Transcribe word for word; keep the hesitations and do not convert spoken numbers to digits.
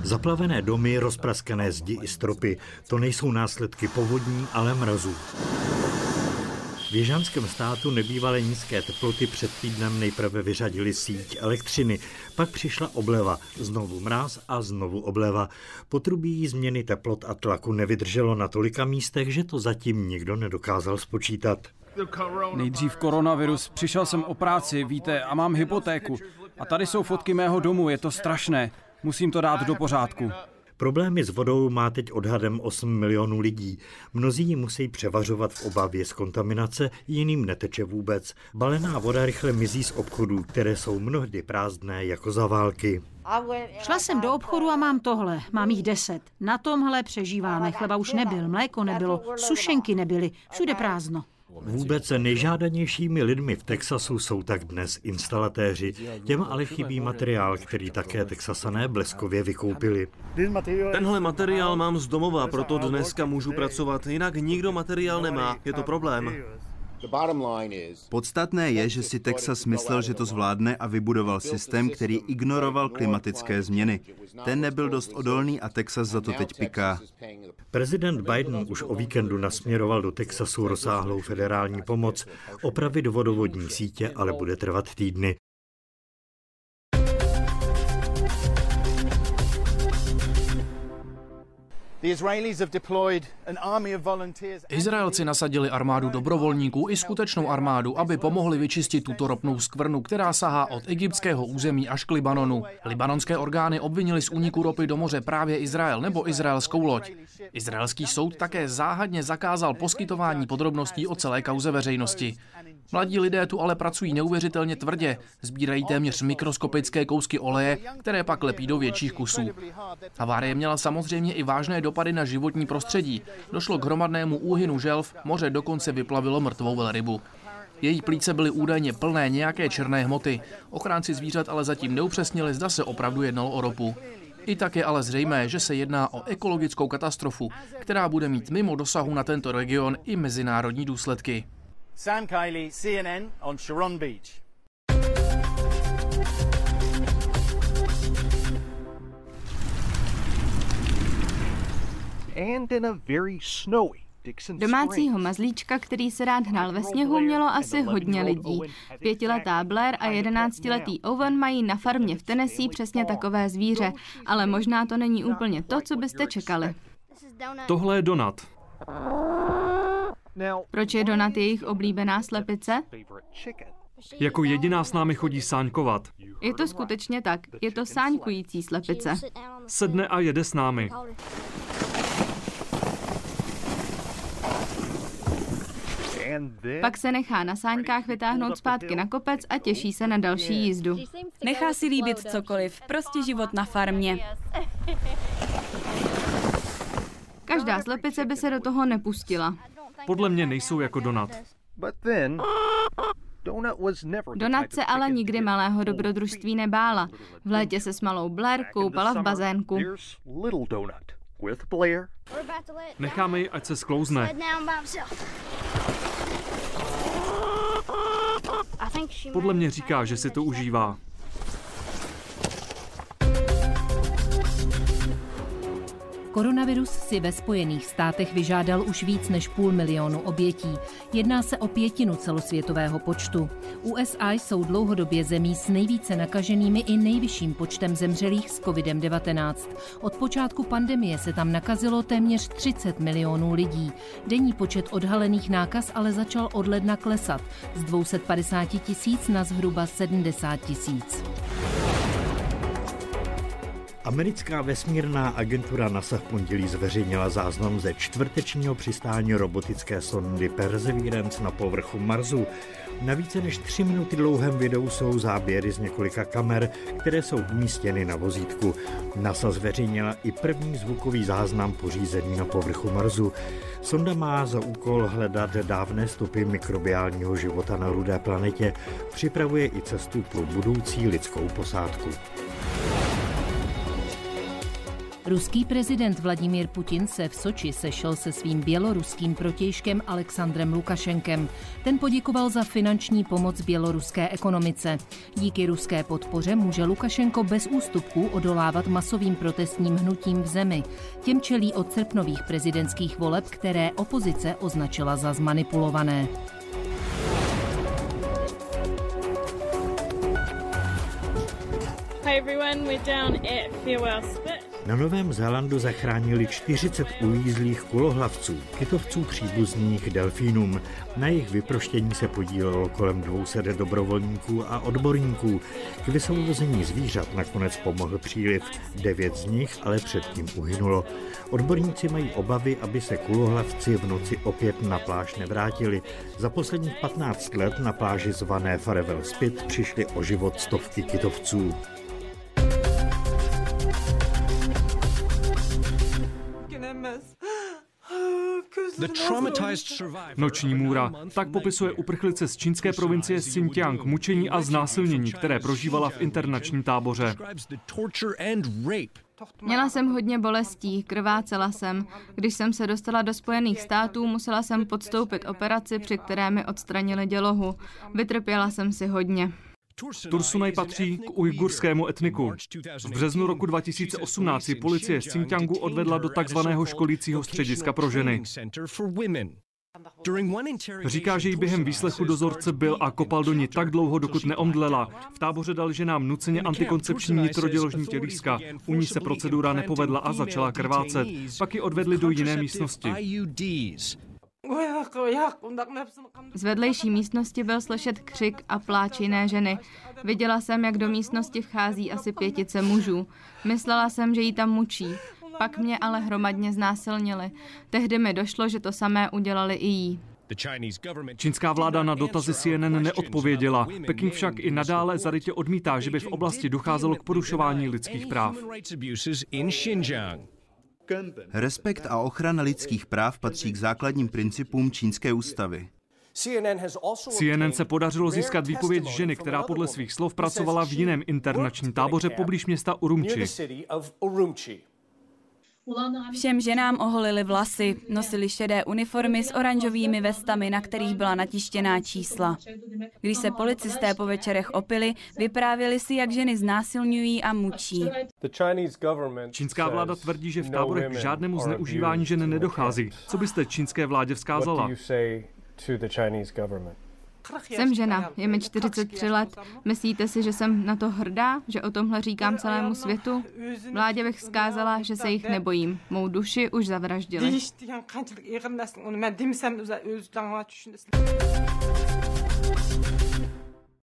Zaplavené domy, rozpraskané zdi i stropy, to nejsou následky povodní, ale mrazů. V jižanském státu nebývalé nízké teploty před týdnem nejprve vyřadili síť elektřiny, pak přišla obleva, znovu mráz a znovu obleva. Potrubí změny teplot a tlaku nevydrželo na tolika místech, že to zatím nikdo nedokázal spočítat. Nejdřív koronavirus, přišel jsem o práci, víte, a mám hypotéku. A tady jsou fotky mého domu, je to strašné. Musím to dát do pořádku. Problémy s vodou má teď odhadem osm milionů lidí. Mnozí ji musí převařovat v obavě z kontaminace, jiným neteče vůbec. Balená voda rychle mizí z obchodů, které jsou mnohdy prázdné jako za války. Šla jsem do obchodu a mám tohle, mám jich deset. Na tomhle přežíváme, chleba už nebyl, mléko nebylo, sušenky nebyly, všude prázdno. Vůbec nejžádanějšími lidmi v Texasu jsou tak dnes instalatéři. Těm ale chybí materiál, který také Texasané bleskově vykoupili. Tenhle materiál mám z domova, proto dneska můžu pracovat, jinak nikdo materiál nemá, je to problém. Podstatné je, že si Texas myslel, že to zvládne a vybudoval systém, který ignoroval klimatické změny. Ten nebyl dost odolný a Texas za to teď piká. Prezident Biden už o víkendu nasměroval do Texasu rozsáhlou federální pomoc. Opravit vodovodní sítě ale bude trvat týdny. Izraelci nasadili armádu dobrovolníků i skutečnou armádu, aby pomohli vyčistit tuto ropnou skvrnu, která sahá od egyptského území až k Libanonu. Libanonské orgány obvinili z úniku ropy do moře právě Izrael nebo izraelskou loď. Izraelský soud také záhadně zakázal poskytování podrobností o celé kauze veřejnosti. Mladí lidé tu ale pracují neuvěřitelně tvrdě, sbírají téměř mikroskopické kousky oleje, které pak lepí do větších kusů. Havárie měla samozřejmě i vážné dopady na životní prostředí. Došlo k hromadnému úhynu želv, moře dokonce vyplavilo mrtvou velrybu. Její plíce byly údajně plné nějaké černé hmoty. Ochránci zvířat ale zatím neupřesnili, zda se opravdu jednalo o ropu. I tak je ale zřejmé, že se jedná o ekologickou katastrofu, která bude mít mimo dosahu na tento region i mezinárodní důsledky. Sam Kiley, C N N on Sharon Beach. And in a very snowy Domácího mazlíčka, který se rád hrál ve sněhu, mělo asi hodně lidí. Pětiletá Blair a jedenáctiletý Owen mají na farmě v Tennessee přesně takové zvíře, ale možná to není úplně to, co byste čekali. Tohle je Donut. Proč je Donut jejich oblíbená slepice? Jako jediná s námi chodí sáňkovat. Je to skutečně tak. Je to sáňkující slepice. Sedne a jede s námi. Pak se nechá na sáňkách vytáhnout zpátky na kopec a těší se na další jízdu. Nechá si líbit cokoliv, prostě život na farmě. Každá slepice by se do toho nepustila. Podle mě nejsou jako Donut. Donut se ale nikdy malého dobrodružství nebála. V létě se s malou Blair koupala v bazénku. Necháme ji, ať se sklouzne. Podle mě říká, že si to užívá. Koronavirus si ve Spojených státech vyžádal už víc než půl milionu obětí. Jedná se o pětinu celosvětového počtu. U S A jsou dlouhodobě zemí s nejvíce nakaženými i nejvyšším počtem zemřelých s COVID devatenáct. Od počátku pandemie se tam nakazilo téměř třicet milionů lidí. Denní počet odhalených nákaz ale začal od ledna klesat z dvě stě padesát tisíc na zhruba sedmdesát tisíc. Americká vesmírná agentura NASA v pondělí zveřejnila záznam ze čtvrtečního přistání robotické sondy Perseverance na povrchu Marsu. Na více než tři minuty dlouhém videu jsou záběry z několika kamer, které jsou umístěny na vozítku. NASA zveřejnila i první zvukový záznam pořízený na povrchu Marsu. Sonda má za úkol hledat dávné stopy mikrobiálního života na rudé planetě. Připravuje i cestu pro budoucí lidskou posádku. Ruský prezident Vladimír Putin se v Soči sešel se svým běloruským protějškem Alexandrem Lukašenkem. Ten poděkoval za finanční pomoc běloruské ekonomice. Díky ruské podpoře může Lukašenko bez ústupků odolávat masovým protestním hnutím v zemi. Těm čelí od srpnových prezidentských voleb, které opozice označila za zmanipulované. Hi everyone, we're down at Farewell Spit. Na Novém Zélandu zachránili čtyřicet uvízlých kulohlavců, kytovců příbuzných delfínům. Na jejich vyproštění se podílelo kolem dvou set dobrovolníků a odborníků. K vysvobození zvířat nakonec pomohl příliv. Devět z nich ale předtím uhynulo. Odborníci mají obavy, aby se kulohlavci v noci opět na pláž nevrátili. Za posledních patnáct let na pláži zvané Farewell Spit přišly o život stovky kytovců. Noční můra. Tak popisuje uprchlice z čínské provincie Xinjiang mučení a znásilnění, které prožívala v internačním táboře. Měla jsem hodně bolestí, krvácela jsem. Když jsem se dostala do Spojených států, musela jsem podstoupit operaci, při které mi odstranili dělohu. Vytrpěla jsem si hodně. Tursunaj patří k ujgurskému etniku. V březnu roku dva tisíce osmnáct ji policie z Xinjiangu odvedla do takzvaného školícího střediska pro ženy. Říká, že jí během výslechu dozorce byl a kopal do ní tak dlouho, dokud neomdlela. V táboře dal ženám nuceně antikoncepční nitroděložní tělíska. U ní se procedura nepovedla a začala krvácet. Pak ji odvedli do jiné místnosti. Z vedlejší místnosti byl slyšet křik a pláč jiné ženy. Viděla jsem, jak do místnosti vchází asi pětice mužů. Myslela jsem, že jí tam mučí. Pak mě ale hromadně znásilnili. Tehdy mi došlo, že to samé udělali i jí. Čínská vláda na dotazy C N N neodpověděla. Peking však i nadále zarytě odmítá, že by v oblasti docházelo k porušování lidských práv. Respekt a ochrana lidských práv patří k základním principům čínské ústavy. C N N se podařilo získat výpověď ženy, která podle svých slov pracovala v jiném internačním táboře poblíž města Urumqi. Všem ženám oholili vlasy, nosili šedé uniformy s oranžovými vestami, na kterých byla natištěná čísla. Když se policisté po večerech opili, vyprávěli si, jak ženy znásilňují a mučí. Čínská vláda tvrdí, že v táborech k žádnému zneužívání žen nedochází. Co byste čínské vládě vzkázala? Jsem žena, je mi čtyřicet tři let. Myslíte si, že jsem na to hrdá, že o tomhle říkám celému světu? Vládě bych vzkázala, že se jich nebojím. Mou duši už zavraždili.